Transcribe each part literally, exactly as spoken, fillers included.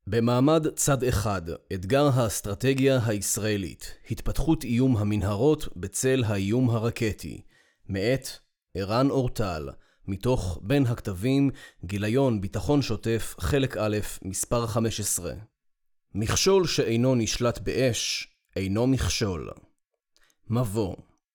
במעמד צד אחד, אתגר האסטרטגיה הישראלית, התפתחות איום המנהרות בצל האיום הרקטי. מאת ערן אורטל, מתוך בין הכתבים, גיליון ביטחון שוטף, חלק א', מספר חמש עשרה. מכשול שאינו נשלט באש, אינו מכשול. מבוא.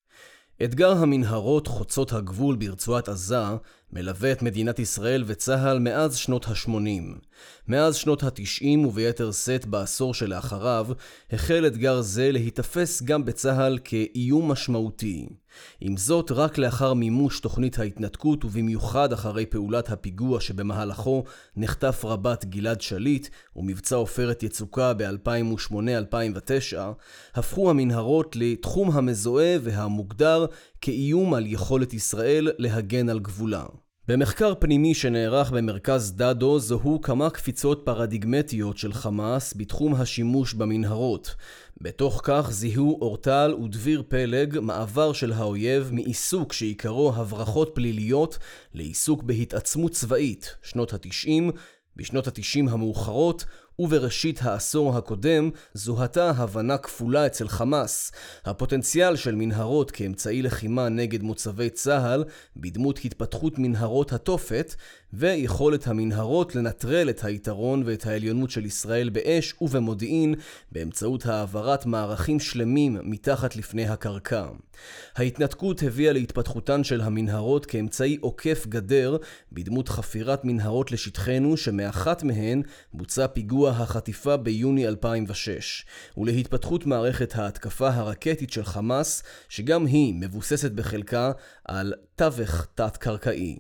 אתגר המנהרות חוצות הגבול ברצועת עזה מלווה את מדינת ישראל וצהל מאז שנות ה-שמונים. מאז שנות ה-תשעים וביתר שאת בעשור שלאחריו, החל אתגר זה להתאפס גם בצהל כאיום משמעותי. עם זאת, רק לאחר מימוש תוכנית ההתנתקות ובמיוחד אחרי פעולת הפיגוע שבמהלכו נחטף רב"ט גלעד שליט ומבצע עופרת יצוקה ב-אלפיים ושמונה אלפיים ותשע, הפכו המנהרות לתחום המזוהה והמוגדר כאיום על יכולת ישראל להגן על גבולה. במחקר פנימי שנערך במרכז דדו זוהו כמה קפיצות פרדיגמטיות של חמאס בתחום השימוש במנהרות. בתוך כך זיהו אורטל ודביר פלג מעבר של האויב מעיסוק שעיקרו הברחות פליליות לעיסוק בהתעצמות צבאית, שנות ה-תשעים, בשנות ה-תשעים המאוחרות ובראשית העשור הקודם זוהתה הבנה כפולה אצל חמאס. הפוטנציאל של מנהרות כאמצעי לחימה נגד מוצבי צהל בדמות התפתחות מנהרות התופת ויכולת המנהרות לנטרל את היתרון ואת העליונות של ישראל באש ובמודיעין באמצעות העברת מערכים שלמים מתחת לפני הקרקע. ההתנתקות הביאה להתפתחותן של המנהרות כאמצעי עוקף גדר בדמות חפירת מנהרות לשטחנו שמאחת מהן בוצע פיגוע החטיפה ביוני אלפיים ושש, ולהתפתחות מערכת ההתקפה הרקטית של חמאס שגם היא מבוססת בחלקה על תווך תת-קרקעי.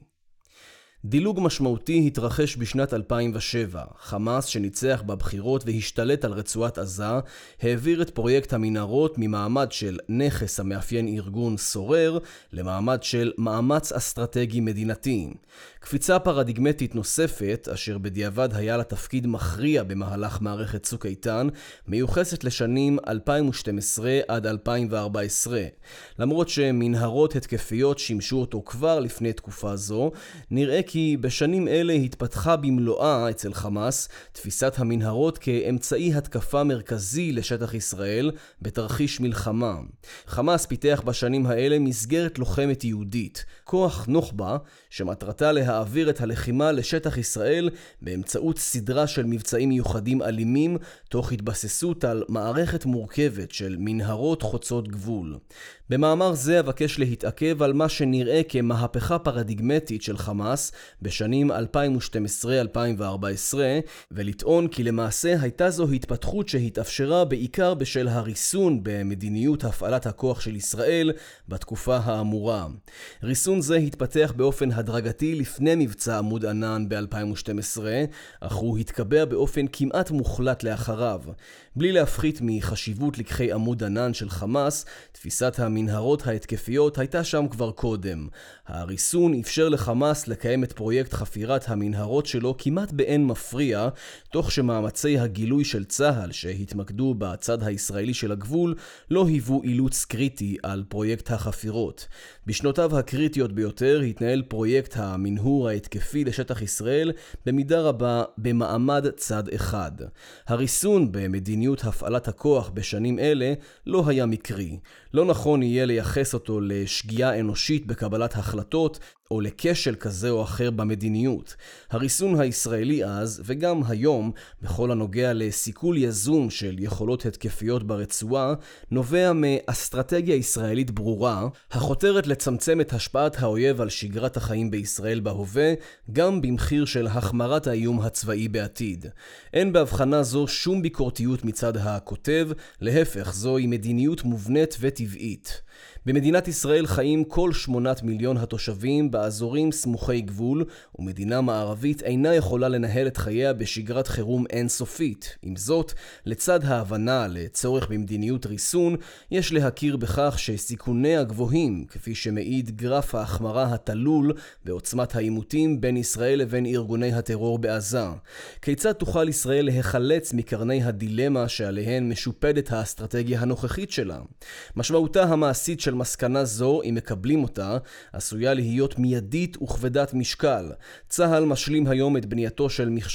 דילוג משמעותי התרחש בשנת אלפיים ושבע. חמאס שניצח בבחירות והשתלט על רצועת עזה העביר את פרויקט המנהרות ממעמד של נכס המאפיין ארגון סורר למעמד של מאמץ אסטרטגי מדינתי. קפיצה פרדיגמטית נוספת, אשר בדיעבד היה לה תפקיד מכריע במהלך מערכת צוק איתן, מיוחסת לשנים אלפיים ושתים עשרה עד אלפיים וארבע עשרה. למרות שמנהרות התקפיות שימשו אותו כבר לפני תקופה זו, נראה כי בשנים אלה התפתחה במלואה אצל חמאס תפיסת המנהרות כאמצעי התקפה מרכזי לשטח ישראל בתרחיש מלחמה. חמאס פיתח בשנים האלה מסגרת לוחמת יהודית, כוח נוח'בה, שמטרתה להעביר את הלחימה לשטח ישראל באמצעות סדרה של מבצעים מיוחדים אלימים, תוך התבססות על מערכת מורכבת של מנהרות חוצות גבול. במאמר זה אבקש להתעכב על מה שנראה כמהפכה פרדיגמטית של חמאס בשנים אלפיים ושתים עשרה עד אלפיים וארבע עשרה, ולטעון כי למעשה הייתה זו התפתחות שהתאפשרה בעיקר בשל הריסון במדיניות הפעלת הכוח של ישראל בתקופה האמורה. ריסון זה התפתח באופן הדרגתי לפני מבצע עמוד ענן ב-אלפיים ושתים עשרה, אך הוא התקבע באופן כמעט מוחלט לאחריו. בלי להפחית מחשיבות לקחי עמוד ענן של חמאס, תפיסת המנהרות ההתקפיות הייתה שם כבר קודם. הריסון אפשר לחמאס לקיים את פרויקט חפירת המנהרות שלו כמעט באין מפריע, תוך שמאמצי הגילוי של צהל שהתמקדו בצד הישראלי של הגבול לא היוו אילוץ קריטי על פרויקט החפירות. בשנותיו הקריטיות ביותר התנהל פרויקט המנהור ההתקפי לשטח ישראל במידה רבה במעמד צד אחד. הריסון במדיניות הפעלת הכוח בשנים אלה לא היה מקרי. לא נכון יהיה לייחס אותו לשגיאה אנושית בקבלת החלטות או לכשל כזה או אחר במדיניות. הריסון הישראלי אז וגם היום בכל הנוגע לסיכול יזום של יכולות התקפיות ברצועה נובע מאסטרטגיה ישראלית ברורה החותרת לצמצם את השפעת האויב על שגרת החיים בישראל בהווה גם במחיר של החמרת האיום הצבאי בעתיד. אין בהבחנה זו שום ביקורתיות מצד הכותב, להפך זוהי מדיניות מובנית וטבעית. במדינת ישראל חיים כל שמונת מיליון התושבים באזורים סמוכי גבול, ומדינה מערבית אינה יכולה לנהל את חייה בשגרת חירום אינסופית. עם זאת, לצד ההבנה לצורך במדיניות ריסון, יש להכיר בכך שסיכוני הגבוהים, כפי שמעיד גרף ההחמרה התלול בעוצמת העימותים בין ישראל לבין ארגוני הטרור בעזה. כיצד תוכל ישראל להיחלץ מקרני הדילמה שעליהן משופדת האסטרטגיה הנוכחית שלה? משמעותה המעשית של מסקנה זו, אם מקבלים אותה, עשויה להיות מיידית וכבדת משקל. צהל משלים היום את בנייתו של מכשול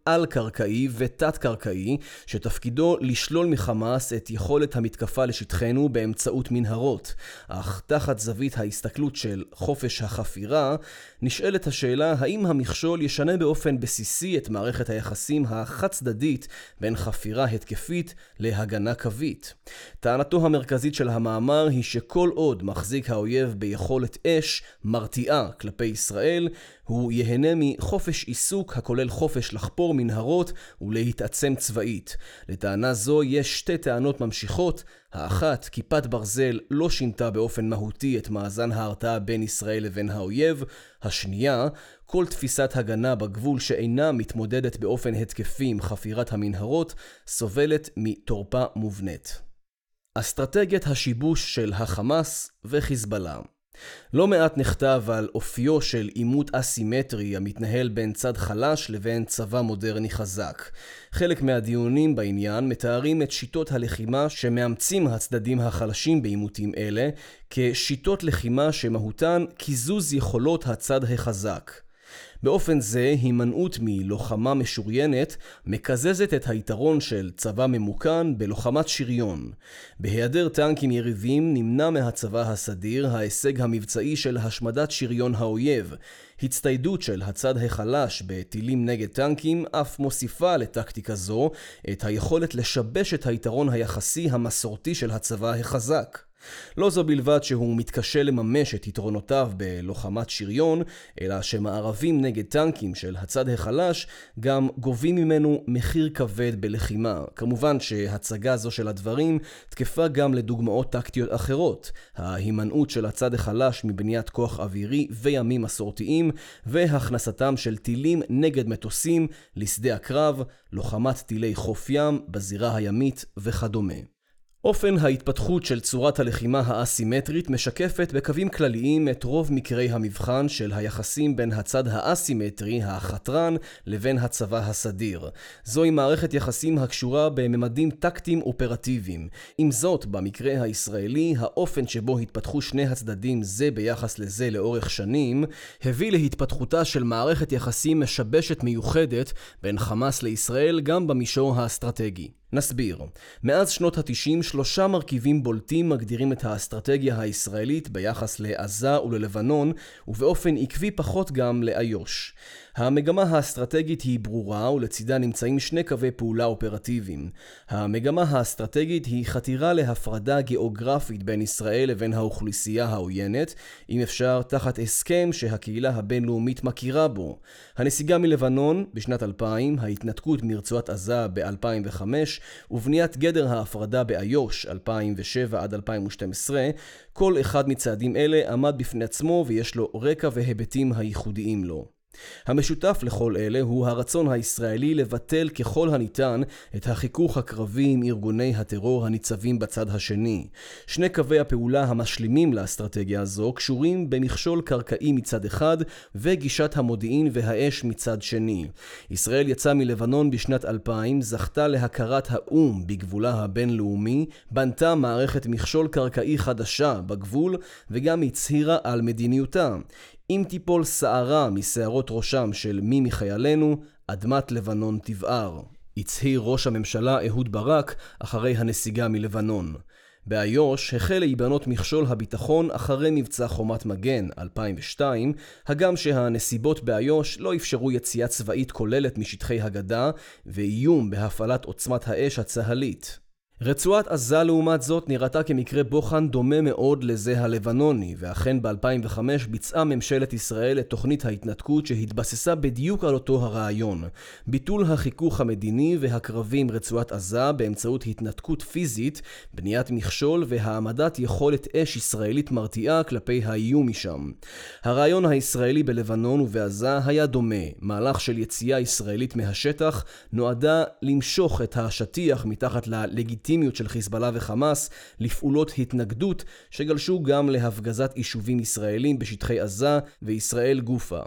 על-קרקעי ותת-קרקעי, שתפקידו לשלול מחמאס את יכולת המתקפה לשטחנו באמצעות מנהרות. אך תחת זווית ההסתכלות של חופש החפירה, נשאלת השאלה האם המכשול ישנה באופן בסיסי את מערכת היחסים החד-צדדית בין חפירה התקפית להגנה קווית. טענתו המרכזית של המאמר היא שכל עוד מחזיק האויב ביכולת אש מרתיעה כלפי ישראל, הוא יהנה מחופש עיסוק הכולל חופש לחפור מנהרות ולהתעצם צבאית. לטענה זו יש שתי טענות ממשיכות. האחת, כיפת ברזל לא שינתה באופן מהותי את מאזן ההרתעה בין ישראל לבין האויב. השנייה, כל תפיסת הגנה בגבול שאינה מתמודדת באופן התקפי עם חפירת המנהרות סובלת מתורפה מובנית. אסטרטגיית השיבוש של החמאס וחיזבאללה. לא מעט נכתב על אופיו של עימות אסימטרי המתנהל בין צד חלש לבין צבא מודרני חזק. חלק מהדיונים בעניין מתארים את שיטות הלחימה שמאמצים הצדדים החלשים בעימותים אלה כשיטות לחימה שמהותן קיזוז יכולות הצד החזק. באופן זה, הימנעות מלוחמה משוריינת מקזזת את היתרון של צבא ממוקן בלוחמת שריון. בהיעדר טנקים יריבים נמנע מהצבא הסדיר ההישג המבצעי של השמדת שריון האויב. הצטיידות של הצד החלש בטילים נגד טנקים אף מוסיפה לטקטיקה זו את היכולת לשבש את היתרון היחסי המסורתי של הצבא החזק. לא זו בלבד שהוא מתקשה לממש את יתרונותיו בלוחמת שריון, אלא שמערבים נגד טנקים של הצד החלש גם גובים ממנו מחיר כבד בלחימה. כמובן שהצגה זו של הדברים תקפה גם לדוגמאות טקטיות אחרות. ההימנעות של הצד החלש מבניית כוח אווירי וימים מסורתיים, והכנסתם של טילים נגד מטוסים לשדה הקרב, לוחמת טילי חוף ים בזירה הימית וכדומה. אופן ההתפתחות של צורת הלחימה האסימטרית משקפת בקווים כלליים את רוב מקרי המבחן של היחסים בין הצד האסימטרי, החתרן, לבין הצבא הסדיר. זוהי מערכת יחסים הקשורה בממדים טקטיים אופרטיביים. עם זאת, במקרה הישראלי, האופן שבו התפתחו שני הצדדים זה ביחס לזה לאורך שנים, הביא להתפתחותה של מערכת יחסים משבשת מיוחדת בין חמאס לישראל גם במישור האסטרטגי. נסביר. מאז שנות ה-תשעים שלושה מרכיבים בולטים מגדירים את האסטרטגיה הישראלית ביחס לעזה וללבנון, ובאופן עקבי פחות גם לאיו"ש. המגמה האסטרטגית היא ברורה, ולצידה נמצאים שני קווי פעולה אופרטיביים. המגמה האסטרטגית היא חתירה להפרדה גיאוגרפית בין ישראל לבין האוכלוסייה העוינת, אם אפשר תחת הסכם שהקהילה הבינלאומית מכירה בו. הנסיגה מלבנון בשנת אלפיים, ההתנתקות מרצועת עזה ב-אלפיים וחמש, ובניית גדר ההפרדה באיו"ש אלפיים ושבע עד אלפיים ושתים עשרה, כל אחד מצעדים אלה עמד בפני עצמו ויש לו רקע והיבטים הייחודיים לו. המשותף לכל אלה הוא הרצון הישראלי לבטל ככל הניתן את החיכוך הקרבי עם ארגוני הטרור הניצבים בצד השני. שני קווי הפעולה המשלימים לאסטרטגיה הזו קשורים במכשול קרקעי מצד אחד וגישת המודיעין והאש מצד שני. ישראל יצאה מלבנון בשנת אלפיים, זכתה להכרת האו"ם בגבולה הבינלאומי, בנתה מערכת מכשול קרקעי חדשה בגבול וגם הצהירה על מדיניותה. אם תיפול שערה משערות ראשם של מי מחיילינו, אדמת לבנון תבער. הצהיר ראש הממשלה אהוד ברק אחרי הנסיגה מלבנון. באיו"ש החל להיבנות מכשול הביטחון אחרי מבצע חומת מגן אלפיים ושתיים, הגם שהנסיבות באיו"ש לא אפשרו יציאה צבאית כוללת משטחי הגדה ואיום בהפעלת עוצמת האש הצהלית. רצועת עזה לעומת זאת נראתה כמקרה בוחן דומה מאוד לזה הלבנוני, ואכן ב-אלפיים וחמש ביצעה ממשלת ישראל את תוכנית ההתנתקות שהתבססה בדיוק על אותו הרעיון. ביטול החיכוך המדיני והקרבי עם רצועת עזה באמצעות התנתקות פיזית, בניית מכשול והעמדת יכולת אש ישראלית מרתיעה כלפי האיום משם. הרעיון הישראלי בלבנון ובעזה היה דומה. מהלך של יציאה ישראלית מהשטח נועדה למשוך את השטיח מתחת ללגיטימיות של חיזבאללה וחמאס לפעולות התנגדות שגלשו גם להפגזת יישובים ישראלים בשטחי עזה וישראל גופה.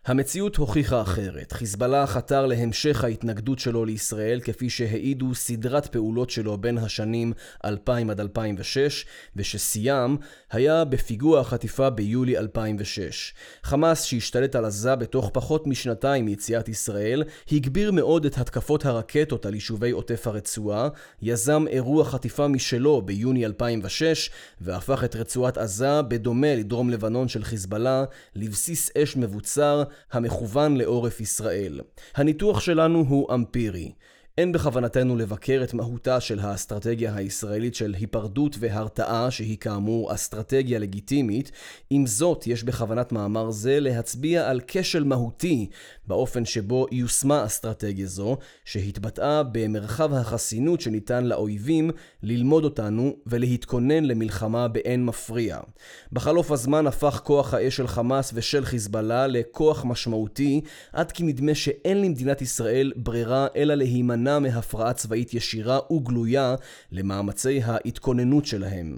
המציאות הוכיחה אחרת. חיזבאללה חתר להמשך ההתנגדות שלו לישראל, כפי שהעידו סדרת פעולות שלו בין השנים אלפיים עד אלפיים ושש, ושסיים היה בפיגוע החטיפה ביולי אלפיים ושש. חמאס, שהשתלט על עזה בתוך פחות משנתיים מיציאת ישראל, הגביר מאוד את התקפות הרקטות על יישובי עוטף הרצועה, יזם אירוע חטיפה משלו ביוני אלפיים ושש, והפך את רצועת עזה, בדומה לדרום לבנון של חיזבאללה, לבסיס אש מבוצר, המכוון לעורף ישראל. הניתוח שלנו הוא אמפירי. אין בכוונתנו לבקר את מהותה של האסטרטגיה הישראלית של היפרדות והרתעה, שהיא כאמור אסטרטגיה לגיטימית. עם זאת, יש בכוונת מאמר זה להצביע על כשל מהותי באופן שבו יושמה אסטרטגיה זו, שהתבטאה במרחב החסינות שניתן לאויבים ללמוד אותנו ולהתכונן למלחמה באין מפריע. בחלוף הזמן הפך כוח האש של חמאס ושל חיזבאללה לכוח משמעותי, עד כי נדמה שאין למדינת ישראל ברירה אלא להימנע מהפרעה צבאית ישירה וגלויה למאמצי ההתכוננות שלהם.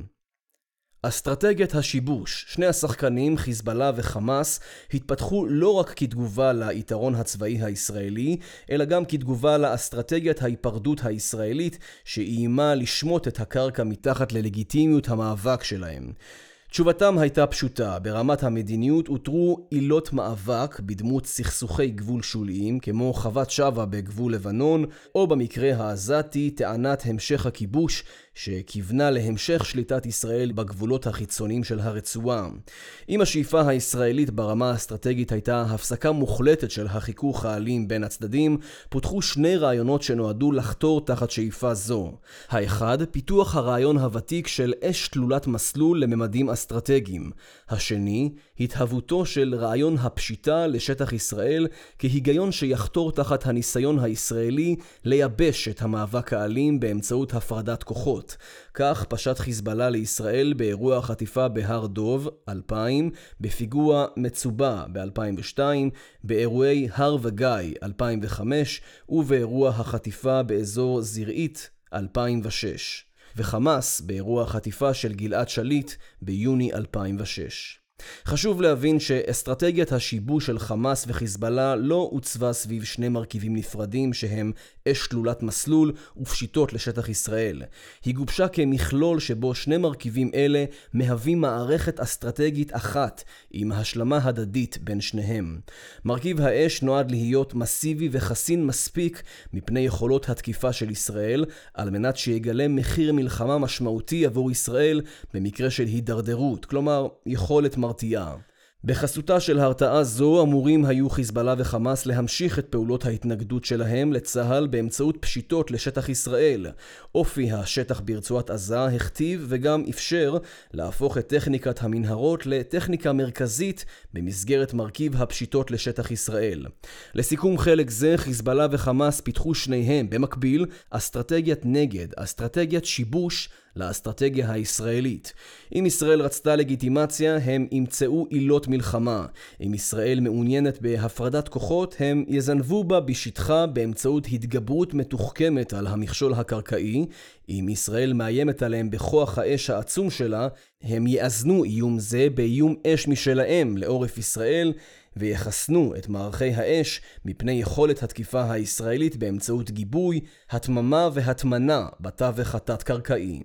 אסטרטגיית השיבוש, שני השחקנים, חיזבאללה וחמאס, התפתחו לא רק כתגובה ליתרון הצבאי הישראלי, אלא גם כתגובה לאסטרטגיית ההיפרדות הישראלית, שאיימה לשמוט את הקרקע מתחת ללגיטימיות המאבק שלהם. תשובתם הייתה פשוטה. ברמת המדיניות הותרו עילות מאבק בדמות סכסוכי גבול שוליים, כמו חוות שבא בגבול לבנון, או במקרה העזתי טענת המשך הכיבוש, שכיוונה להמשך שליטת ישראל בגבולות החיצוניים של הרצועה. עם השאיפה הישראלית ברמה האסטרטגית הייתה הפסקה מוחלטת של החיכוך האלים בין הצדדים, פותחו שני רעיונות שנועדו לחתור תחת שאיפה זו. האחד, פיתוח הרעיון הוותיק של אש תלולת מסלול לממדים אסטרטגיים. השני, התהוותו של רעיון הפשיטה לשטח ישראל כהיגיון שיחתור תחת הניסיון הישראלי לייבש את המאבק האלים באמצעות הפרדת כוחות. כך פשט חיזבאללה לישראל באירוע החטיפה בהר דוב אלפיים, בפיגוע מצובע ב-אלפיים ושתיים, באירועי הר וגיא אלפיים וחמש ובאירוע החטיפה באזור זרעית אלפיים ושש, וחמאס באירוע החטיפה של גלעד שליט ביוני אלפיים ושש. חשוב להבין שאסטרטגיית השיבוש של חמאס וחיזבאללה לא עוצבה סביב שני מרכיבים נפרדים שהם אש תלולת מסלול ופשיטות לשטח ישראל. היא גובשה כמכלול שבו שני מרכיבים אלה מהווים מערכת אסטרטגית אחת עם השלמה הדדית בין שניהם. מרכיב האש נועד להיות מסיבי וחסין מספיק מפני יכולות התקיפה של ישראל, על מנת שיגלם מחיר מלחמה משמעותי עבור ישראל במקרה של הידרדרות, כלומר יכולת מרתיעה. בחסותה של הרתעה זו אמורים היו חיזבאללה וחמאס להמשיך את פעולות ההתנגדות שלהם לצהל באמצעות פשיטות לשטח ישראל. אופי השטח ברצועת עזה הכתיב וגם אפשר להפוך את טכניקת המנהרות לטכניקה מרכזית במסגרת מרכיב הפשיטות לשטח ישראל. לסיכום חלק זה, חיזבאללה וחמאס פיתחו שניהם במקביל אסטרטגיית נגד, אסטרטגיית שיבוש לאסטרטגיה הישראלית. אם ישראל רצתה לגיטימציה, הם ימצאו עילות מלחמה. אם ישראל מעוניינת בהפרדת כוחות, הם יזנבו בה בשטחה באמצעות התגברות מתוחכמת על המכשול הקרקעי. אם ישראל מאיימת עליהם בכוח האש העצום שלה, הם יאזנו איום זה באיום אש משלהם לעורף ישראל, ויחסנו את מערכי האש מפני יכולת התקיפה הישראלית באמצעות גיבוי, התממה והתמנה בתווך התת-קרקעי.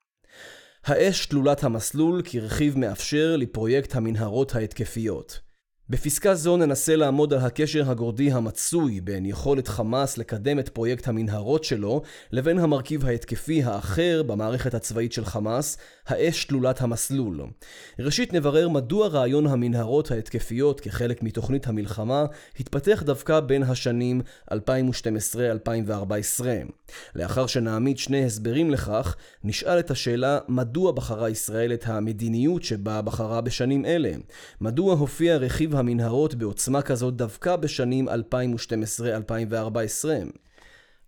האש תלולת המסלול כרכיב מאפשר לפרויקט המנהרות ההתקפיות. בפסקה זו ננסה לעמוד על הקשר הגורדי המצוי בין יכולת חמאס לקדם את פרויקט המנהרות שלו לבין המרכיב ההתקפי האחר במערכת הצבאית של חמאס, האש תלולת המסלול. ראשית נברר מדוע רעיון המנהרות ההתקפיות כחלק מתוכנית המלחמה התפתח דווקא בין השנים אלפיים ושתים עשרה עד אלפיים וארבע עשרה. לאחר שנעמיד שני הסברים לכך, נשאל את השאלה מדוע בחרה ישראל את המדיניות שבה בחרה בשנים אלה. מדוע הופיע רכיב המנהרות בעוצמה כזאת דווקא בשנים אלפיים ושתים עשרה עד אלפיים וארבע עשרה.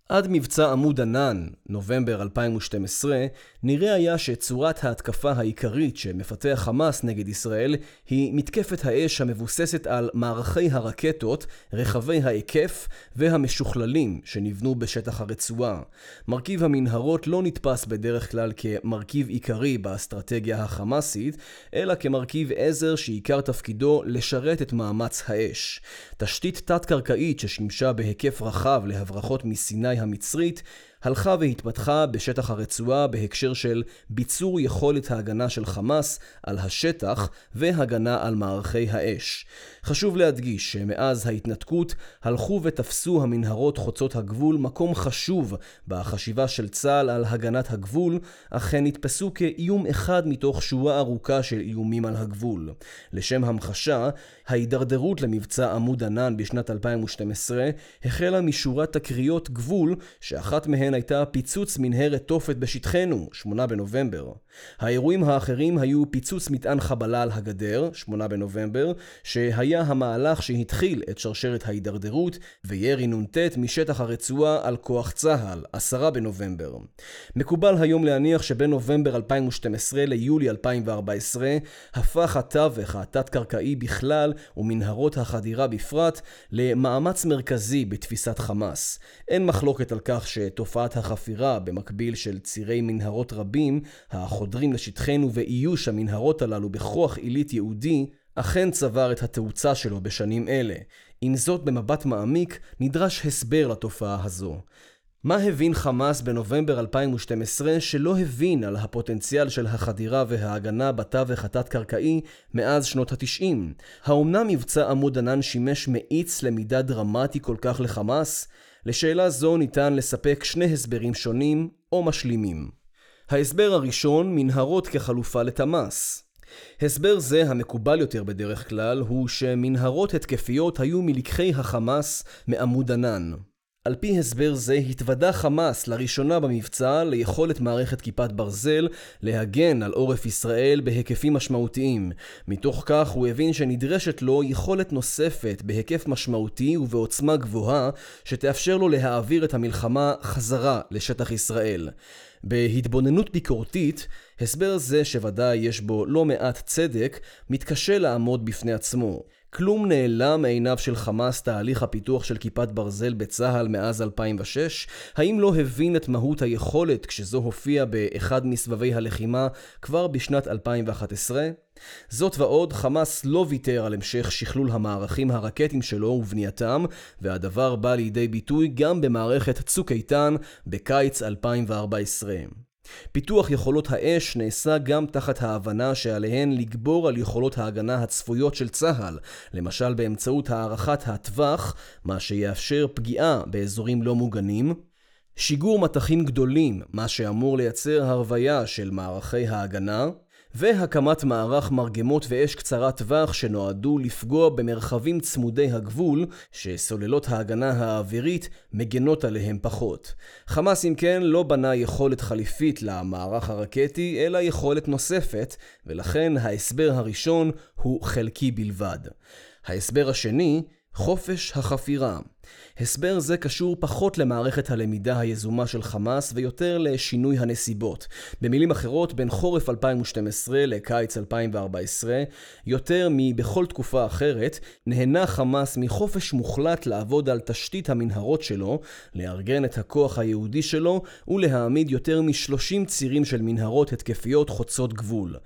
עד מבצע עמוד ענן, נובמבר אלפיים ושתים עשרה, נראה היה שצורת ההתקפה העיקרית שמפתח חמאס נגד ישראל היא מתקפת האש המבוססת על מערכי הרקטות, רחבי ההיקף והמשוכללים שנבנו בשטח הרצועה. מרכיב המנהרות לא נתפס בדרך כלל כמרכיב עיקרי באסטרטגיה החמאסית, אלא כמרכיב עזר שעיקר תפקידו לשרת את מאמץ האש. תשתית תת-קרקעית ששימשה בהיקף רחב להברחות מסיני המצרית, הלכה והתפתחה בשטח הרצועה בהקשר של ביצור יכולת ההגנה של חמאס על השטח והגנה על מערכי האש. חשוב להדגיש שמאז ההתנתקות הלכו ותפסו המנהרות חוצות הגבול מקום חשוב בחשיבה של צה"ל על הגנת הגבול, אך הן נתפסו כאיום אחד מתוך שורה ארוכה של איומים על הגבול. לשם המחשה, ההידרדרות למבצע עמוד ענן בשנת אלפיים ושתים עשרה החלה משורת תקריות גבול, שאחת מהן הייתה פיצוץ מנהרת תופת בשטחנו, שמונה בנובמבר. האירועים האחרים היו פיצוץ מטען חבלה על הגדר, שמונה בנובמבר, שהיה המהלך שהתחיל את שרשרת ההידרדרות, וירי נ"ט משטח הרצועה על כוח צה"ל, עשרה בנובמבר. מקובל היום להניח שבין נובמבר אלפיים ושתים עשרה ליולי אלפיים וארבע עשרה הפך התווך התת-קרקעי בכלל ומנהרות החדירה בפרט למאמץ מרכזי בתפיסת חמאס. אין מחלוקת על כך שתופעת החפירה במקביל של צירי מנהרות רבים החודרים לשטחנו ואיוש המנהרות הללו בכוח עילית יהודי אכן צבר את התאוצה שלו בשנים אלה. עם זאת, במבט מעמיק נדרש הסבר לתופעה הזו. מה הבין חמאס בנובמבר אלפיים ושתים עשרה שלא הבין על הפוטנציאל של החדירה וההגנה בתווך התת-קרקעי מאז שנות ה-תשעים? האומנם מבצע עמוד ענן שימש מאיץ למידה דרמטי כל כך לחמאס? לשאלה זו ניתן לספק שני הסברים שונים או משלימים. ההסבר הראשון, מנהרות כחלופה לתמ"ס. הסבר זה, המקובל יותר בדרך כלל, הוא שמנהרות התקפיות היו מלקחי החמאס מעמוד ענן. על פי הסבר זה התוודע חמאס לראשונה במבצע ליכולת מערכת כיפת ברזל להגן על עורף ישראל בהיקפים משמעותיים. מתוך כך הוא הבין שנדרשת לו יכולת נוספת בהיקף משמעותי ובעוצמה גבוהה שתאפשר לו להעביר את המלחמה חזרה לשטח ישראל. בהתבוננות ביקורתית, הסבר זה שוודאי יש בו לא מעט צדק, מתקשה לעמוד בפני עצמו. כלום נעלם מעיניו של חמאס תהליך הפיתוח של כיפת ברזל בצה"ל מאז אלפיים ושש? האם לא הבין את מהות היכולת כשזו הופיע באחד מסבבי הלחימה כבר בשנת אלפיים ואחת עשרה? זאת ועוד, חמאס לא ויתר על המשך שכלול המערכים הרקטיים שלו ובנייתם, והדבר בא לידי ביטוי גם במערכת צוק איתן בקיץ אלפיים וארבע עשרה. פיתוח יכולות האש נעשה גם תחת ההבנה שעליהן לגבור על יכולות ההגנה הצפויות של צה"ל, למשל באמצעות הערכת הטווח, מה שיאפשר פגיעה באזורים לא מוגנים, שיגור מתחים גדולים, מה שאמור לייצר הרוויה של מערכי ההגנה, והקמת מערך מרגמות ואש קצרת טווח שנועדו לפגוע במרחבים צמודי הגבול שסוללות ההגנה האווירית מגנות עליהם פחות. חמאס אם כן לא בנה יכולת חליפית למערך הרקטי אלא יכולת נוספת, ולכן ההסבר הראשון הוא חלקי בלבד. ההסבר השני, חופש החפירה. הסבר זה קשור פחות למערכת הלמידה היזומה של חמאס ויותר לשינוי הנסיבות. במילים אחרות, בין חורף אלפיים ושתים עשרה לקיץ אלפיים וארבע עשרה, יותר מבכל תקופה אחרת, נהנה חמאס מחופש מוחלט לעבוד על תשתית המנהרות שלו, לארגן את הכוח היהודי שלו ולהעמיד יותר מ-שלושים צירים של מנהרות התקפיות חוצות גבול.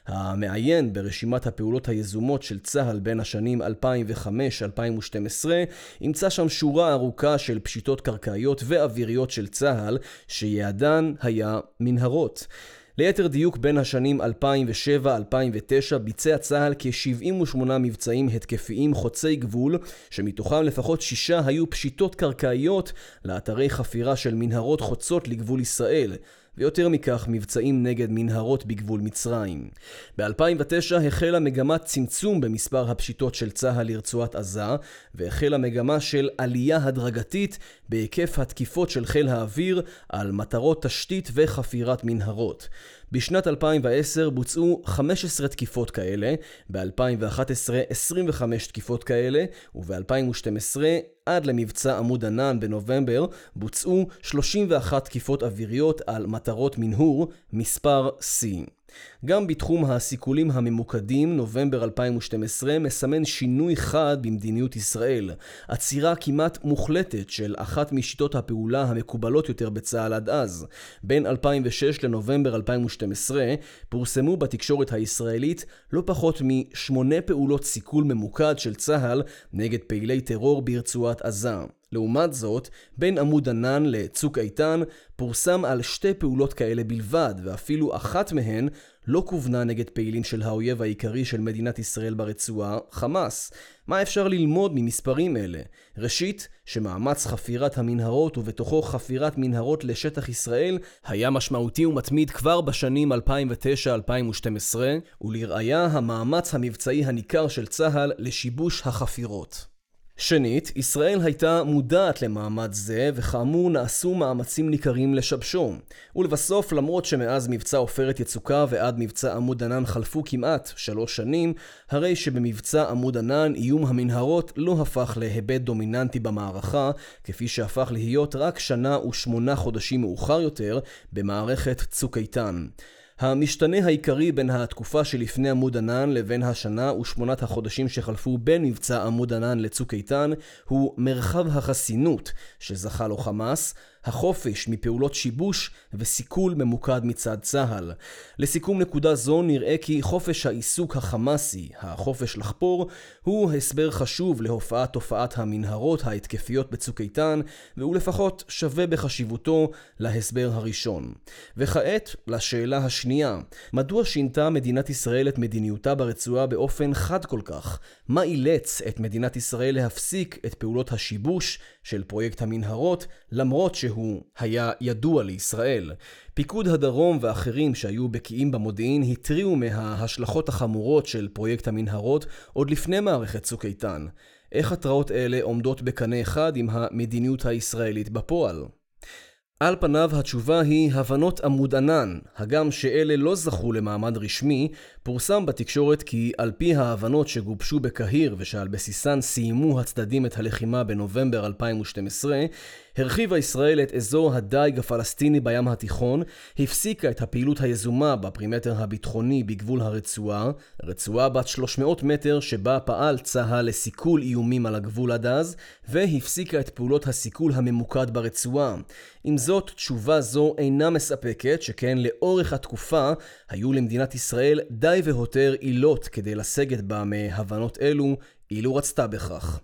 המעיין ברשימת הפעולות היזומות של צה"ל בין השנים אלפיים וחמש עד אלפיים ושתים עשרה ימצא שם שורה ארוכה של פשיטות קרקעיות ואוויריות של צה"ל שיעדן היה מנהרות. ליתר דיוק, בין השנים אלפיים ושבע עד אלפיים ותשע ביצע צה"ל כ-שבעים ושמונה מבצעים התקפיים חוצי גבול, שמתוכם לפחות שישה היו פשיטות קרקעיות לאתרי חפירה של מנהרות חוצות לגבול ישראל, ויותר מכך מבצעים נגד מנהרות בגבול מצרים. ב-אלפיים ותשע החלה מגמת צמצום במספר הפשיטות של צה"ל לרצועת עזה, והחלה מגמה של עלייה הדרגתית בהיקף התקיפות של חיל האוויר על מטרות תשתית וחפירת מנהרות. בשנת אלפיים ועשר בוצעו חמש עשרה תקיפות כאלה, ב-אלפיים ואחת עשרה עשרים וחמש תקיפות כאלה, וב-אלפיים ושתים עשרה עד למבצע עמוד ענן בנובמבר בוצעו שלושים ואחת תקיפות אוויריות על מטרות מנהור, מספר C. גם בתחום הסיכולים הממוקדים, נובמבר אלפיים ושתים עשרה מסמן שינוי חד במדיניות ישראל, עצירה כמעט מוחלטת של אחת משיטות הפעולה המקובלות יותר בצה"ל עד אז. בין אלפיים ושש לנובמבר אלפיים ושתים עשרה פורסמו בתקשורת הישראלית לא פחות משמונה פעולות סיכול ממוקד של צה"ל נגד פעילי טרור ברצועת עזה. לעומת זאת, בין עמוד ענן לצוק איתן פורסם על שתי פעולות כאלה בלבד, ואפילו אחת מהן לא כוונה נגד פעילים של האויב העיקרי של מדינת ישראל ברצועה, חמאס. מה אפשר ללמוד ממספרים אלה? ראשית, שמאמץ חפירת המנהרות ובתוכו חפירת מנהרות לשטח ישראל היה משמעותי ומתמיד כבר בשנים אלפיים ותשע עד אלפיים ושתים עשרה, ולראיה המאמץ המבצעי הניכר של צה"ל לשיבוש החפירות. שנית, ישראל הייתה מודעת למעמד זה, וכאמור נעשו מאמצים ניכרים לשבשו. ולבסוף, למרות שמאז מבצע עופרת יצוקה ועד מבצע עמוד ענן חלפו כמעט שלוש שנים, הרי שבמבצע עמוד ענן איום המנהרות לא הפך להיבט דומיננטי במערכה, כפי שהפך להיות רק שנה ושמונה חודשים מאוחר יותר במערכת צוק איתן. המשתנה העיקרי בין התקופה שלפני עמוד ענן לבין השנה ושמונת החודשים שחלפו בין מבצע עמוד ענן לצוק איתן הוא מרחב החסינות שזכה לו חמאס, החופש מפעולות שיבוש וסיכול ממוקד מצד צה"ל. לסיכום נקודה זו נראה כי חופש העיסוק החמאסי, החופש לחפור, הוא הסבר חשוב להופעת תופעת המנהרות ההתקפיות בצוק איתן, והוא לפחות שווה בחשיבותו להסבר הראשון. וכעת לשאלה השנייה, מדוע שינתה מדינת ישראל את מדיניותה ברצועה באופן חד כל כך? מה אילץ את מדינת ישראל להפסיק את פעולות השיבוש של פרויקט המנהרות, למרות שהוא היה ידוע לישראל? פיקוד הדרום ואחרים שהיו בקיאים במודיעין התריעו מההשלכות החמורות של פרויקט המנהרות עוד לפני מערכת צוק איתן. איך התראות אלה עומדות בקנה אחד עם המדיניות הישראלית בפועל? על פניו התשובה היא הבנות עמוד ענן, הגם שאלה לא זכו למעמד רשמי. פורסם בתקשורת כי על פי ההבנות שגובשו בקהיר ושעל בסיסן סיימו הצדדים את הלחימה בנובמבר אלפיים ושתים עשרה, הרחיבה ישראל את אזור הדייג הפלסטיני בים התיכון, הפסיקה את הפעילות היזומה בפרימטר הביטחוני בגבול הרצועה, רצועה בת שלוש מאות מטר שבה פעל צה"ל לסיכול איומים על הגבול עד אז, והפסיקה את פעולות הסיכול הממוקד ברצועה. עם זאת, תשובה זו אינה מספקת, שכן לאורך התקופה היו למדינת ישראל די והותר עילות כדי לסגת בה מהבנות אלו, אילו רצתה בכך.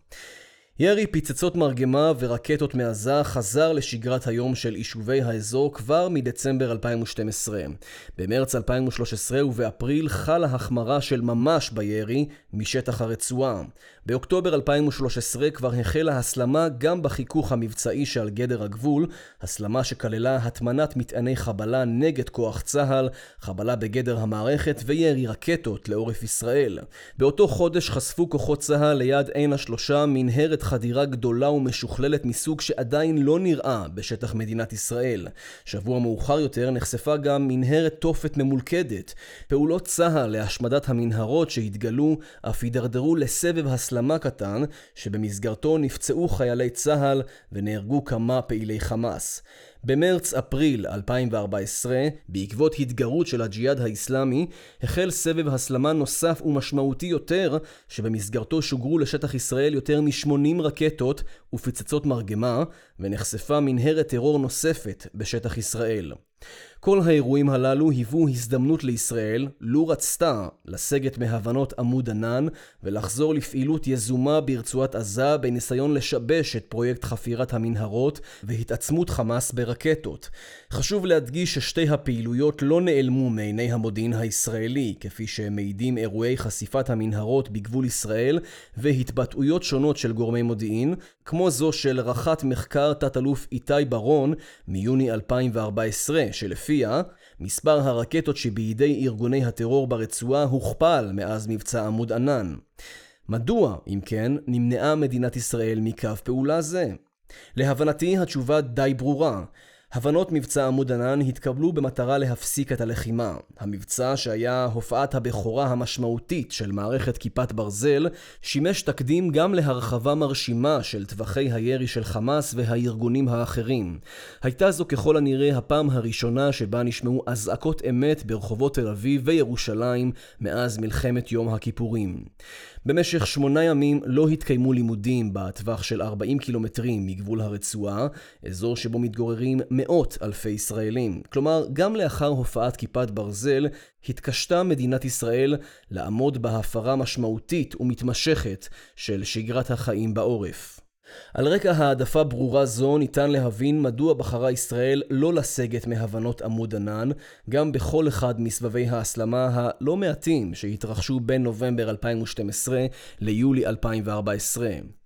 ירי פצצות מרגמה ורקטות מעזה חזר לשגרת היום של יישובי האזור כבר מדצמבר אלפיים ושתים עשרה. במרץ אלפיים ושלוש עשרה ובאפריל חלה החמרה של ממש בירי משטח הרצועה. באוקטובר אלפיים ושלוש עשרה כבר החלה הסלמה גם בחיכוך המבצעי שעל גדר הגבול, הסלמה שכללה התמנת מטעני חבלה נגד כוח צה"ל, חבלה בגדר המערכת וירי רקטות לעורף ישראל. באותו חודש חשפו כוחות צה"ל ליד עין השלושה מנהרת חדירה גדולה ומשוכללת מסוג שעדיין לא נראה בשטח מדינת ישראל. שבוע מאוחר יותר נחשפה גם מנהרת תופת ממולכדת. פעולות צה"ל להשמדת המנהרות שהתגלו אף הידרדרו לסבב הסלמה קטן, שבמסגרתו נפצעו חיילי צה"ל ונהרגו כמה פעילי חמאס. במרץ-אפריל אלפיים וארבע עשרה, בעקבות התגרות של הג'יהאד האסלאמי, החל סבב הסלמה נוסף ומשמעותי יותר, שבמסגרתו שוגרו לשטח ישראל יותר מ-שמונים רקטות ופצצות מרגמה, ונחשפה מנהרת טרור נוספת בשטח ישראל. כל האירועים הללו היוו הזדמנות לישראל, לו רצתה, לסגת מהבנות עמוד ענן ולחזור לפעילות יזומה ברצועת עזה בניסיון לשבש את פרויקט חפירת המנהרות והתעצמות חמאס ברקטות. חשוב להדגיש ששתי הפעילויות לא נעלמו מעיני המודיעין הישראלי, כפי שמעידים אירועי חשיפת המנהרות בגבול ישראל והתבטאויות שונות של גורמי מודיעין, כמו זו של רח"ט מחקר תת-אלוף איתי ברון מיוני אלפיים וארבע עשרה, שלפיה מספר הרקטות שבידי ארגוני הטרור ברצועה הוכפל מאז מבצע עמוד ענן. מדוע, אם כן, נמנעה מדינת ישראל מקו פעולה זה? להבנתי התשובה די ברורה. הבנות מבצע עמוד ענן התקבלו במטרה להפסיק את הלחימה. המבצע, שהיה הופעת הבכורה המשמעותית של מערכת כיפת ברזל, שימש תקדים גם להרחבה מרשימה של טווחי הירי של חמאס והארגונים האחרים. הייתה זו ככל הנראה הפעם הראשונה שבה נשמעו אזעקות אמת ברחובות תל אביב וירושלים מאז מלחמת יום הכיפורים. במשך שמונה ימים לא התקיימו לימודים בטווח של ארבעים קילומטרים מגבול הרצועה, אזור שבו מתגוררים מאות אלפי ישראלים. כלומר, גם לאחר הופעת כיפת ברזל, התקשתה מדינת ישראל לעמוד בהפרה משמעותית ומתמשכת של שגרת החיים בעורף. על רקע העדפה ברורה זו ניתן להבין מדוע בחרה ישראל לא לסגת מהבנות עמוד ענן, גם בכל אחד מסבבי ההסלמה הלא מעטים שהתרחשו בין נובמבר אלפיים ושתים עשרה ליולי אלפיים וארבע עשרה.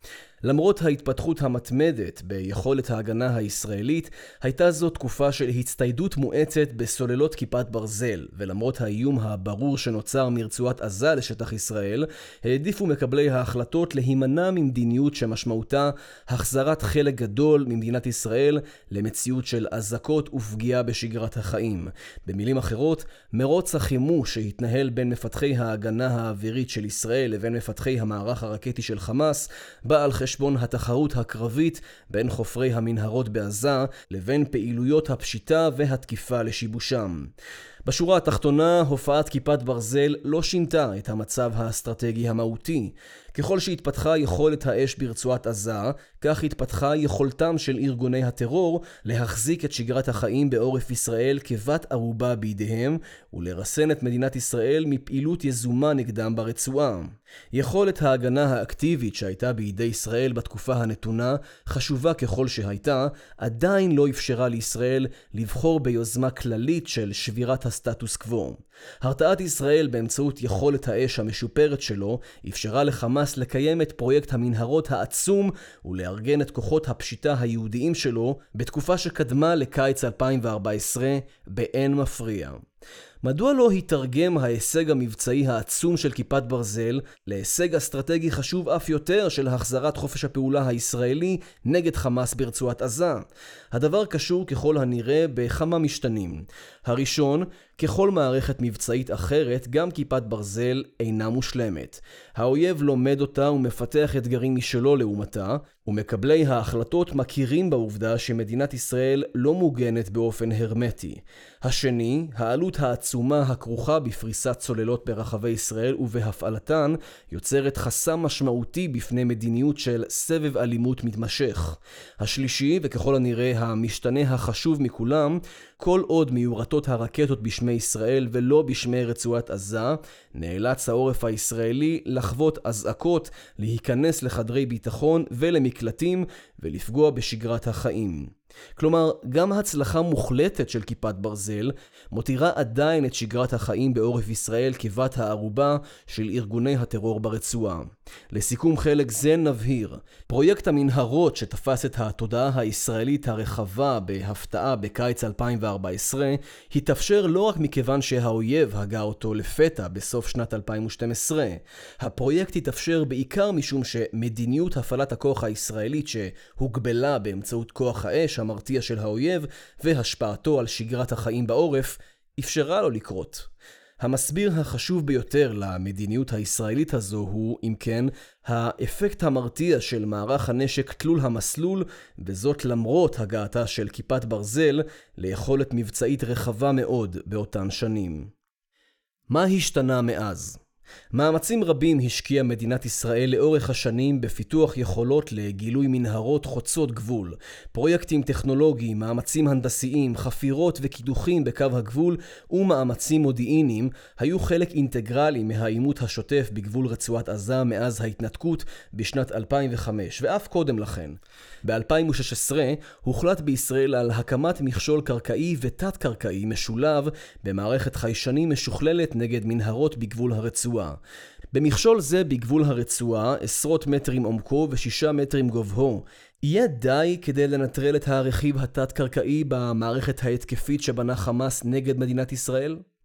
למרות ההתפתחות המתמדת ביכולת ההגנה הישראלית, הייתה זו תקופה של הצטיידות מואצת בסוללות כיפת ברזל, ולמרות האיום הברור שנוצר מרצועת עזה לשטח ישראל, העדיפו מקבלי ההחלטות להימנע ממדיניות שמשמעותה החזרת חלק גדול ממדינת ישראל למציאות של אזעקות ופגיעה בשגרת החיים. במילים אחרות, מרוץ החימוש שהתנהל בין מפתחי ההגנה האווירית של ישראל לבין מפתחי המערך הרקטי של חמאס, בא על חשבון התחרות הקרבית בין חופרי המנהרות בעזה לבין פעילויות הפשיטה והתקיפה לשיבושם. בשורה התחתונה, הופעת כיפת ברזל לא שינתה את המצב האסטרטגי המהותי. ככל שהתפתחה יכולת האש ברצועת עזה, כך התפתחה יכולתם של ארגוני הטרור להחזיק את שגרת החיים בעורף ישראל כבת ערובה בידיהם, ולרסן את מדינת ישראל מפעילות יזומה נגדם ברצועה. יכולת ההגנה האקטיבית שהייתה בידי ישראל בתקופה הנתונה, חשובה ככל שהייתה, עדיין לא אפשרה לישראל לבחור ביוזמה כללית של שבירת הסטטוס קוו. הרתעת ישראל באמצעות יכולת האש המשופרת שלו אפשרה לחמאס לקיים את פרויקט המנהרות העצום ולארגן את כוחות הפשיטה היהודיים שלו בתקופה שקדמה לקיץ אלפיים וארבע עשרה באין מפריע. מדוע לא התרגם ההישג המבצעי העצום של כיפת ברזל להישג אסטרטגי חשוב אף יותר של החזרת חופש הפעולה הישראלי נגד חמאס ברצועת עזה? הדבר קשור ככל הנראה בכמה משתנים. הראשון, ככל מערכת מבצעית אחרת, גם כיפת ברזל אינה מושלמת. האויב לומד אותה ומפתח אתגרים משלו לעומתה, ומקבלי ההחלטות מכירים בעובדה שמדינת ישראל לא מוגנת באופן הרמטי. השני, העלות העצומה הכרוכה בפריסת צוללות ברחבי ישראל ובהפעלתן יוצרת חסם משמעותי בפני מדיניות של סבב אלימות מתמשך. השלישי, וככל הנראה המשתנה החשוב מכולם, כל עוד מיורטות הרקטות בשמי ישראל ולא בשמי רצועת עזה, נאלץ העורף הישראלי לחוות אזעקות, להיכנס לחדרי ביטחון ולמקלטים ולפגוע בשגרת החיים. כלומר, גם הצלחה מוחלטת של כיפת ברזל מותירה עדיין את שגרת החיים בעורף ישראל כבת הערובה של ארגוני הטרור ברצועה. לסיכום חלק זה נבהיר, פרויקט המנהרות שתפס את התודעה הישראלית הרחבה בהפתעה בקיץ אלפיים וארבע עשרה התאפשר לא רק מכיוון שהאויב הגה אותו לפתע בסוף שנת אלפיים ושתים עשרה. הפרויקט התאפשר בעיקר משום שמדיניות הפעלת הכוח הישראלית שהוגבלה באמצעות כוח האש המרתיע של האויב והשפעתו על שגרת החיים בעורף אפשרה לו לקרות. המסביר החשוב ביותר למדיניות הישראלית הזו הוא, אם כן, האפקט המרתיע של מערך הנשק תלול המסלול, וזאת למרות הגעתה של כיפת ברזל ליכולת מבצעית רחבה מאוד באותן שנים. מה השתנה מאז? מאמצים רבים השקיעה מדינת ישראל לאורך השנים בפיתוח יכולות לגילוי מנהרות חוצות גבול. פרויקטים טכנולוגיים, מאמצים הנדסיים, חפירות וקידוחים בקו הגבול ומאמצים מודיעיניים היו חלק אינטגרלי מהעימות השוטף בגבול רצועת עזה מאז ההתנתקות בשנת אלפיים וחמש ואף קודם לכן. ב-אלפיים ושש עשרה הוחלט בישראל על הקמת מכשול קרקעי ותת-קרקעי משולב במערכת חיישנים משוכללת נגד מנהרות בגבול הרצועה. במכשול זה בגבול הרצועה, עשרות מטרים עומקו ושישה מטרים גובהו, יהיה די כדי לנטרל את הרכיב התת-קרקעי במערכת ההתקפית שבנה חמאס נגד מדינת ישראל?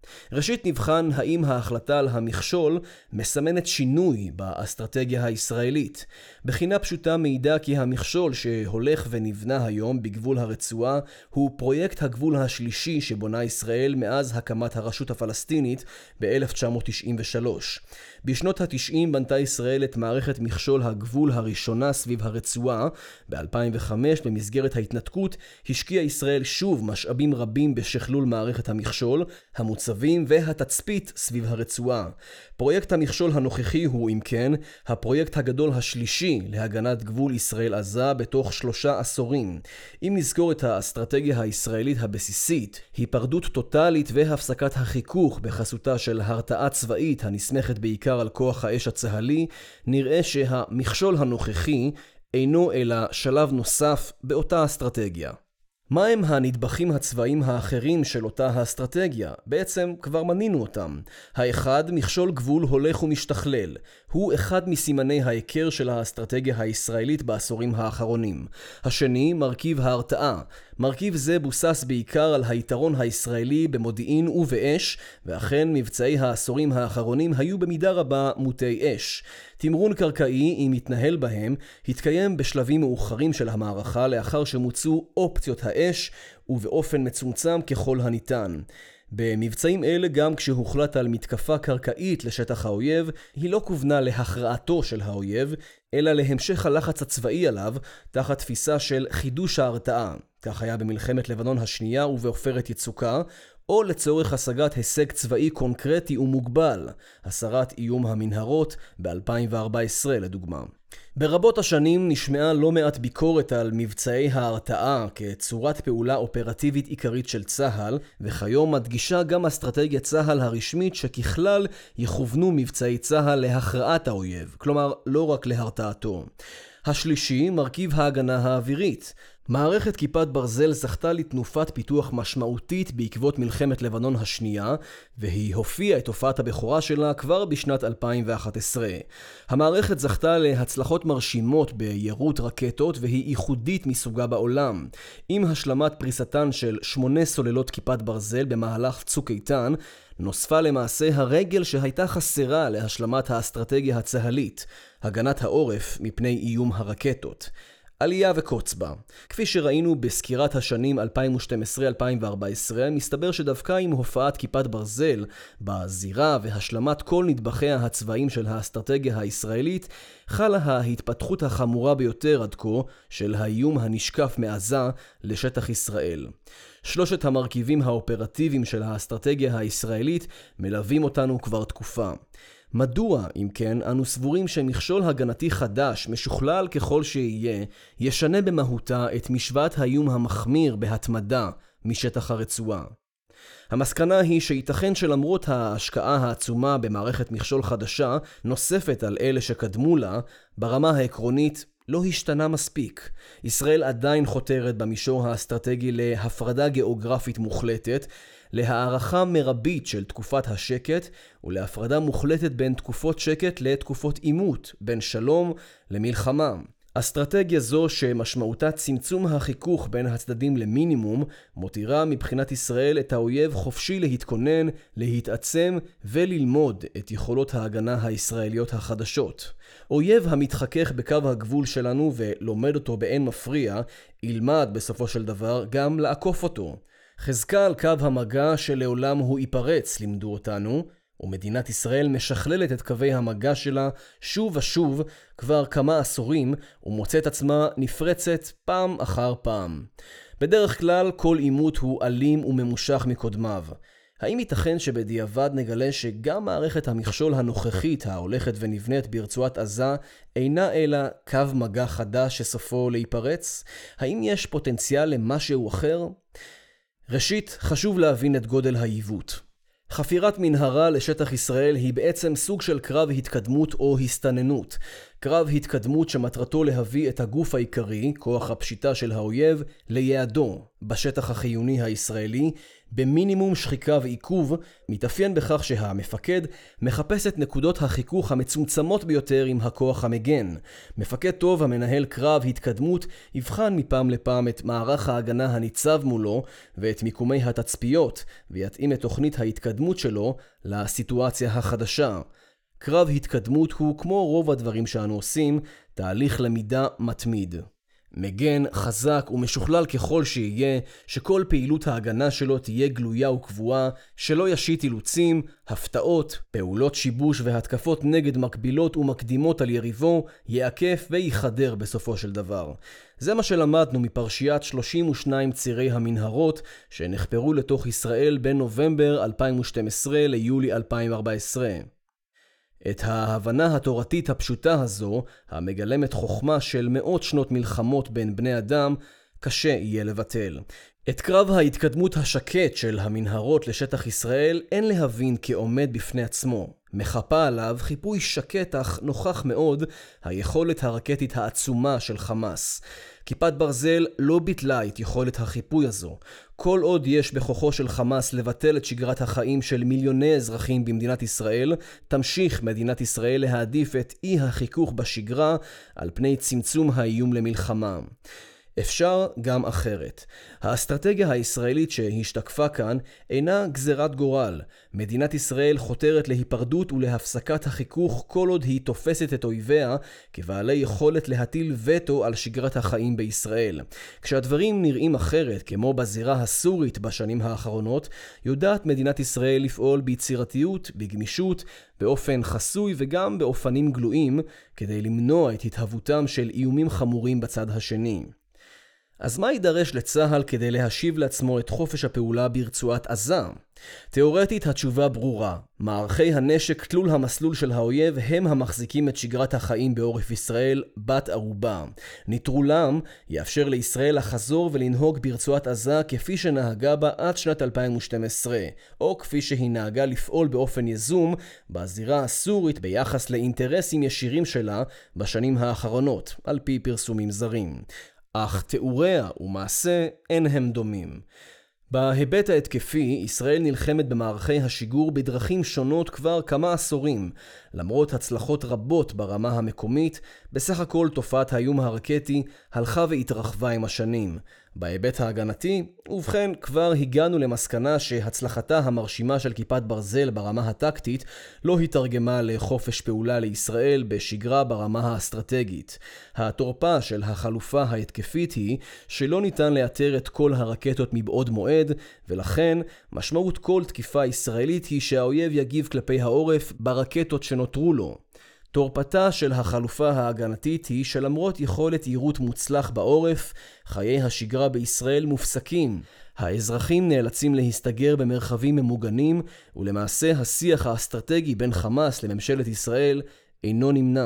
ראשית נבחן האם ההחלטה על המכשול מסמנת שינוי באסטרטגיה הישראלית. בחינה פשוטה מעידה כי המכשול שהולך ונבנה היום בגבול הרצועה הוא פרויקט הגבול השלישי שבונה ישראל מאז הקמת הרשות הפלסטינית ב-אלף תשע מאות תשעים ושלוש. בשנות ה-תשעים בנתה ישראל את מערכת מכשול הגבול הראשונה סביב הרצועה. ב-אלפיים וחמש במסגרת ההתנתקות השקיעה ישראל שוב משאבים רבים בשכלול מערכת המכשול, המוצבים והתצפית סביב הרצועה. פרויקט המכשול הנוכחי הוא, אם כן, הפרויקט הגדול השלישי להגנת גבול ישראל-עזה בתוך שלושה עשורים. אם נזכור את האסטרטגיה הישראלית הבסיסית, היפרדות טוטלית והפסקת החיכוך בחסותה של הרתעה צבאית הנסמכת בעיקר על כוח האש הצהלי, נראה שהמכשול הנוכחי אינו אלא שלב נוסף באותה אסטרטגיה. מהם הנדבכים הצבאיים האחרים של אותה אסטרטגיה? בעצם כבר מנינו אותם. האחד, מכשול גבול הולך ומשתכלל. הוא אחד מסימני ההיכר של האסטרטגיה הישראלית בעשורים האחרונים. השני, מרכיב ההרתעה. מרכיב זה בוסס בעיקר על היתרון הישראלי במודיעין ובאש, ואכן מבצעי העשורים האחרונים היו במידה רבה מוטי אש. תמרון קרקעי, אם מתנהל בהם, התקיים בשלבים מאוחרים של המערכה לאחר שמוצאו אופציות האש ובאופן מצומצם ככל הניתן. במבצעים אלה גם כשהוחלט על מתקפה קרקעית לשטח האויב, היא לא כוונה להכרעתו של האויב, אלא להמשך הלחץ הצבאי עליו תחת תפיסה של חידוש ההרתעה. כך היה במלחמת לבנון השנייה ובעופרת יצוקה, או לצורך השגת הישג צבאי קונקרטי ומוגבל, הסרת איום המנהרות ב-אלפיים וארבע עשרה לדוגמה. ברבות השנים נשמעה לא מעט ביקורת על מבצעי ההרתעה כצורת פעולה אופרטיבית עיקרית של צה"ל, וכיום מדגישה גם אסטרטגיית צה"ל הרשמית שככלל יכוונו מבצעי צה"ל להכרעת האויב, כלומר לא רק להרתעתו. השלישי, מרכיב ההגנה האווירית. מערכת כיפת ברזל זכתה לתנופת פיתוח משמעותית בעקבות מלחמת לבנון השנייה, והיא הופיעה את הופעת הבכורה שלה כבר בשנת אלפיים ואחת עשרה. המערכת זכתה להצלחות מרשימות ביירוט רקטות, והיא ייחודית מסוגה בעולם. עם השלמת פריסתן של שמונה סוללות כיפת ברזל במהלך צוק איתן, נוספה למעשה הרגל שהייתה חסרה להשלמת האסטרטגיה הצהלית, הגנת העורף מפני איום הרקטות. עלייה וקוץ בה. כפי שראינו בסקירת השנים אלפיים ושתים עשרה עד אלפיים וארבע עשרה, מסתבר שדווקא עם הופעת כיפת ברזל בזירה והשלמת כל נדבכיה הצבאיים של האסטרטגיה הישראלית, חלה ההתפתחות החמורה ביותר עד כה של האיום הנשקף מעזה לשטח ישראל. שלושת המרכיבים האופרטיביים של האסטרטגיה הישראלית מלווים אותנו כבר תקופה. מדוע, אם כן, אנו סבורים שמכשול הגנתי חדש, משוכלל ככל שיהיה, ישנה במהותה את משוואת האיום המחמיר בהתמדה משטח הרצועה? המסקנה היא שייתכן שלמרות ההשקעה העצומה במערכת מכשול חדשה, נוספת על אלה שקדמו לה, ברמה העקרונית לא השתנה מספיק. ישראל עדיין חותרת במישור האסטרטגי להפרדה גיאוגרפית מוחלטת, להערכה מרבית של תקופת השקט, ולהפרדה מוחלטת בין תקופות שקט לתקופות עימות, בין שלום למלחמה. אסטרטגיה זו שמשמעותה צמצום החיכוך בין הצדדים למינימום, מותירה מבחינת ישראל את האויב חופשי להתכונן, להתעצם וללמוד את יכולות ההגנה הישראליות החדשות. אויב המתחכך בקו הגבול שלנו ולומד אותו באין מפריע, ילמד בסופו של דבר גם לעקוף אותו. חזקה על קו המגע שלעולם הוא ייפרץ, לימדו אותנו, ומדינת ישראל משכללת את קווי המגע שלה שוב ושוב כבר כמה עשורים, ומוצאת עצמה נפרצת פעם אחר פעם. בדרך כלל כל עימות הוא אלים וממושך מקודמיו. האם ייתכן שבדיעבד נגלה שגם מערכת המכשול הנוכחית ההולכת ונבנית ברצועת עזה אינה אלא קו מגע חדש שסופו להיפרץ? האם יש פוטנציאל למשהו אחר? ראשית, חשוב להבין את גודל העיוות. חפירת מנהרה לשטח ישראל היא בעצם סוג של קרב התקדמות או הסתננות. קרב התקדמות שמטרתו להביא את הגוף העיקרי, כוח הפשיטה של האויב, ליעדו, בשטח החיוני הישראלי, במינימום שחיקה ועיכוב, מתאפיין בכך שהמפקד מחפש את נקודות החיכוך המצומצמות ביותר עם הכוח המגן. מפקד טוב המנהל קרב התקדמות יבחן מפעם לפעם את מערך ההגנה הניצב מולו ואת מיקומי התצפיות, ויתאים את תוכנית ההתקדמות שלו לסיטואציה החדשה. קרב התקדמות הוא, כמו רוב הדברים שאנו עושים, תהליך למידה מתמיד. מגן חזק ומשוכלל ככל שיהיה, שכל פעילות ההגנה שלו תהיה גלויה וקבועה, שלא ישית אילוצים, הפתעות, פעולות שיבוש והתקפות נגד מקבילות ומקדימות על יריבו, יעקף ויחדר בסופו של דבר. זה מה שלמדנו מפרשיית שלושים ושניים צירי המנהרות שנחפרו לתוך ישראל בין נובמבר אלפיים ושתים עשרה ליולי אלפיים וארבע עשרה. את ההבנה התורתית הפשוטה הזו, המגלמת חוכמה של מאות שנות מלחמות בין בני אדם, קשה יהיה לבטל. את קרב ההתקדמות השקט של המנהרות לשטח ישראל אין להבין כעומד בפני עצמו. מחפה עליו חיפוי שקט אך נוכח מאוד היכולת הרקטית העצומה של חמאס. כיפת ברזל לא ביטלה את יכולת החיפוי הזו. כל עוד יש בכוחו של חמאס לבטל את שגרת החיים של מיליוני אזרחים במדינת ישראל, תמשיך מדינת ישראל להעדיף את אי החיכוך בשגרה על פני צמצום האיום למלחמה. אפשר גם אחרת. האסטרטגיה הישראלית שהשתקפה כאן אינה גזירת גורל. מדינת ישראל חותרת להיפרדות ולהפסקת החיכוך כל עוד היא תופסת את אויביה כבעלי יכולת להטיל וטו על שגרת החיים בישראל. כשהדברים נראים אחרת, כמו בזירה הסורית בשנים האחרונות, יודעת מדינת ישראל לפעול ביצירתיות, בגמישות, באופן חסוי וגם באופנים גלויים, כדי למנוע את התהוותם של איומים חמורים בצד השני. אז מה יידרש לצה"ל כדי להשיב לעצמו את חופש הפעולה ברצועת עזה? תיאורטית התשובה ברורה. מערכי הנשק תלול המסלול של האויב הם המחזיקים את שגרת החיים בעורף ישראל בת ערובה. ניטרולם יאפשר לישראל לחזור ולנהוג ברצועת עזה כפי שנהגה בה עד שנת אלפיים ושתים עשרה, או כפי שהיא נהגה לפעול באופן יזום בזירה הסורית ביחס לאינטרסים ישירים שלה בשנים האחרונות, על פי פרסומים זרים. אך תיאוריה ומעשה אין הם דומים. בהיבט ההתקפי, ישראל נלחמת במערכי השיגור בדרכים שונות כבר כמה עשורים. למרות הצלחות רבות ברמה המקומית, בסך הכל תופעת האיום הרקטי הלכה והתרחבה עם השנים. בהיבט ההגנתי, ובכן כבר הגענו למסקנה שהצלחתה המרשימה של כיפת ברזל ברמה הטקטית לא התרגמה לחופש פעולה לישראל בשגרה ברמה האסטרטגית. התורפה של החלופה ההתקפית היא שלא ניתן לאתר את כל הרקטות מבעוד מועד, ולכן משמעות כל תקיפה ישראלית היא שהאויב יגיב כלפי העורף ברקטות שנותרו לו. תורפתה של החלופה ההגנתית היא שלמרות יכולת עירות מוצלח בעורף, חיי השגרה בישראל מופסקים. האזרחים נאלצים להסתגר במרחבים ממוגנים, ולמעשה השיח האסטרטגי בין חמאס לממשלת ישראל אינו נמנע.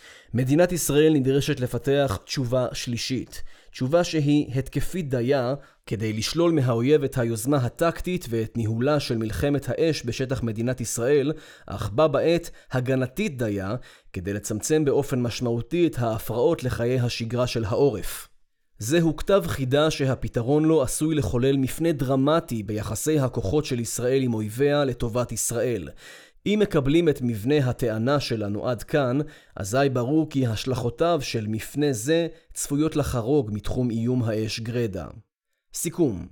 מדינת ישראל נדרשת לפתח תשובה שלישית. תשובה שהיא התקפית דייה כדי לשלול מהאויב את היוזמה הטקטית ואת ניהולה של מלחמת האש בשטח מדינת ישראל, אך בה בעת הגנתית דייה כדי לצמצם באופן משמעותי את ההפרעות לחיי השגרה של העורף. זהו כתב חידה שהפתרון לו עשוי לחולל מפנה דרמטי ביחסי הכוחות של ישראל עם אויביה לטובת ישראל. אם מקבלים את מבנה הטענה שלנו עד כאן, אזי ברור כי השלכותיו של מפנה זה צפויות לחרוג מתחום איום האש גרדה. סיכום.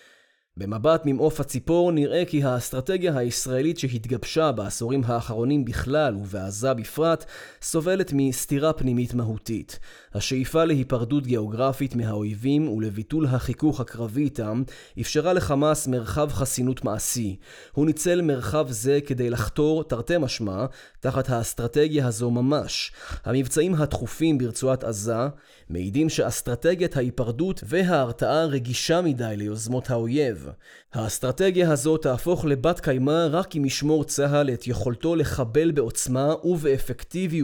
במבט ממעוף הציפור נראה כי האסטרטגיה הישראלית שהתגבשה בעשורים האחרונים בכלל ובעזה בפרט סובלת מסתירה פנימית מהותית. השאיפה להיפרדות גיאוגרפית מהאויבים ולביטול החיכוך הקרבי איתם אפשרה לחמאס מרחב חסינות מעשי. הוא ניצל מרחב זה כדי לחתור תרתי משמע תחת האסטרטגיה הזו ממש. המבצעים התכופים ברצועת עזה מעידים שאסטרטגיית ההיפרדות וההרתעה רגישה מדי ליוזמות האויב. האסטרטגיה הזו תהפוך לבת קיימה רק אם ישמור צה"ל את יכולתו לחבל בעוצמה ובאפקטיביות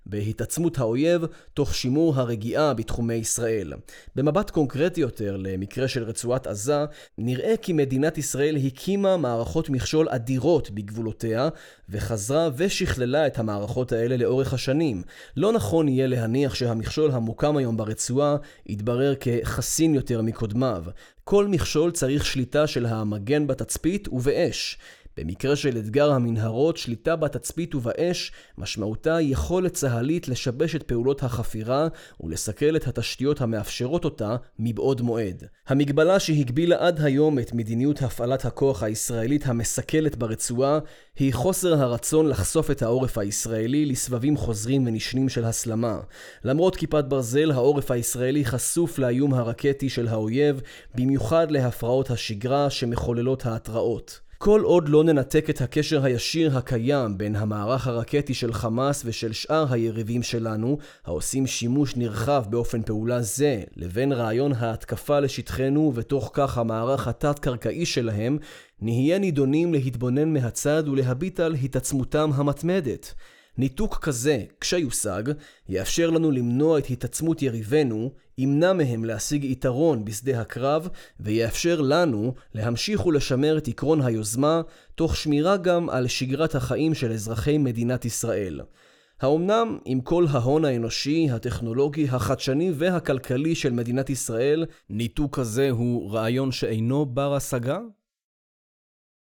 בהתעצמות האויב תוך שימור הרגיעה בתחומי ישראל. במבט קונקרטי יותר למקרה של רצועת עזה, נראה כי מדינת ישראל הקימה מערכות מכשול אדירות בגבולותיה, וחזרה ושכללה את המערכות האלה לאורך השנים. לא נכון יהיה להניח שהמכשול המוקם היום ברצועה יתברר כחסין יותר מקודמיו. כל מכשול צריך שליטה של המגן בתצפית ובאש. במקרה של אתגר המנהרות, שליטה בתצפית ובאש משמעותה יכולת צהלית לשבש את פעולות החפירה ולסכל את התשתיות המאפשרות אותה מבעוד מועד. המגבלה שהגבילה עד היום את מדיניות הפעלת הכוח הישראלית המסכלת ברצועה היא חוסר הרצון לחשוף את העורף הישראלי לסבבים חוזרים ונשנים של הסלמה. למרות כיפת ברזל, העורף הישראלי חשוף לאיום הרקטי של האויב, במיוחד להפרעות השגרה שמחוללות ההתראות. כל עוד לא ננתק את הקשר הישיר הקיים בין המערך הרקטי של חמאס ושל שאר היריבים שלנו, העושים שימוש נרחב באופן פעולה זה, לבין רעיון ההתקפה לשטחנו ותוך כך המערך התת-קרקעי שלהם, נהיה נידונים להתבונן מהצד ולהביט על התעצמותם המתמדת. ניתוק כזה, כשיושג, יאפשר לנו למנוע את התעצמות יריבינו, ימנע מהם להשיג יתרון בשדה הקרב, ויאפשר לנו להמשיך ולשמר את עקרון היוזמה, תוך שמירה גם על שגרת החיים של אזרחי מדינת ישראל. האומנם, עם כל ההון האנושי, הטכנולוגי, החדשני והכלכלי של מדינת ישראל, ניתוק כזה הוא רעיון שאינו בר השגה?